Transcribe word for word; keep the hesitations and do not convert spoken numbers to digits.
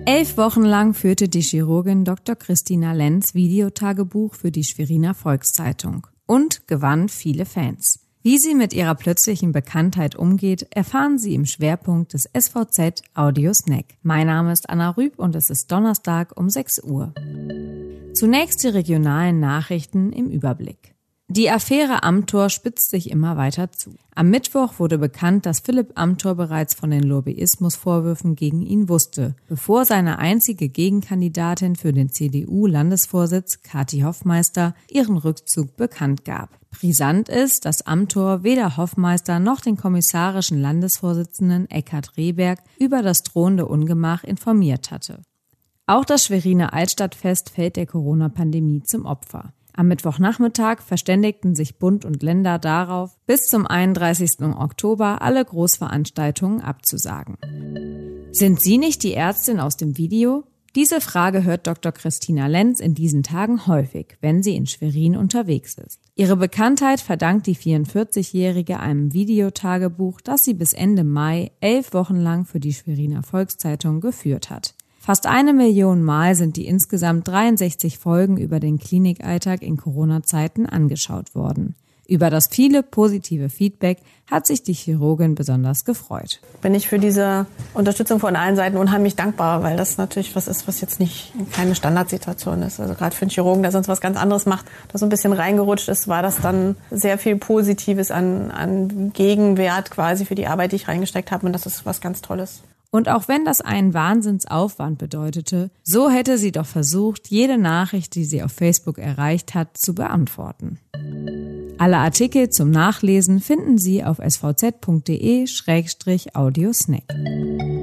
Elf Wochen lang führte die Chirurgin Doktor Christina Lenz Videotagebuch für die Schweriner Volkszeitung und gewann viele Fans. Wie sie mit ihrer plötzlichen Bekanntheit umgeht, erfahren Sie im Schwerpunkt des S V Z Audio Snack. Mein Name ist Anna Rüb und es ist Donnerstag um sechs Uhr. Zunächst die regionalen Nachrichten im Überblick. Die Affäre Amthor spitzt sich immer weiter zu. Am Mittwoch wurde bekannt, dass Philipp Amthor bereits von den Lobbyismusvorwürfen gegen ihn wusste, bevor seine einzige Gegenkandidatin für den C D U-Landesvorsitz, Kathi Hoffmeister, ihren Rückzug bekannt gab. Brisant ist, dass Amthor weder Hoffmeister noch den kommissarischen Landesvorsitzenden Eckhard Rehberg über das drohende Ungemach informiert hatte. Auch das Schweriner Altstadtfest fällt der Corona-Pandemie zum Opfer. Am Mittwochnachmittag verständigten sich Bund und Länder darauf, bis zum einunddreißigsten Oktober alle Großveranstaltungen abzusagen. Sind Sie nicht die Ärztin aus dem Video? Diese Frage hört Doktor Christina Lenz in diesen Tagen häufig, wenn sie in Schwerin unterwegs ist. Ihre Bekanntheit verdankt die vierundvierzigjährige einem Videotagebuch, das sie bis Ende Mai elf Wochen lang für die Schweriner Volkszeitung geführt hat. Fast eine Million Mal sind die insgesamt dreiundsechzig Folgen über den Klinikalltag in Corona-Zeiten angeschaut worden. Über das viele positive Feedback hat sich die Chirurgin besonders gefreut. Bin ich für diese Unterstützung von allen Seiten unheimlich dankbar, weil das natürlich was ist, was jetzt nicht keine Standardsituation ist. Also gerade für einen Chirurgen, der sonst was ganz anderes macht, da so ein bisschen reingerutscht ist, war das dann sehr viel Positives an, an Gegenwert quasi für die Arbeit, die ich reingesteckt habe. Und das ist was ganz Tolles. Und auch wenn das einen Wahnsinnsaufwand bedeutete, so hätte sie doch versucht, jede Nachricht, die sie auf Facebook erreicht hat, zu beantworten. Alle Artikel zum Nachlesen finden Sie auf s v z punkt d e slash audiosnack.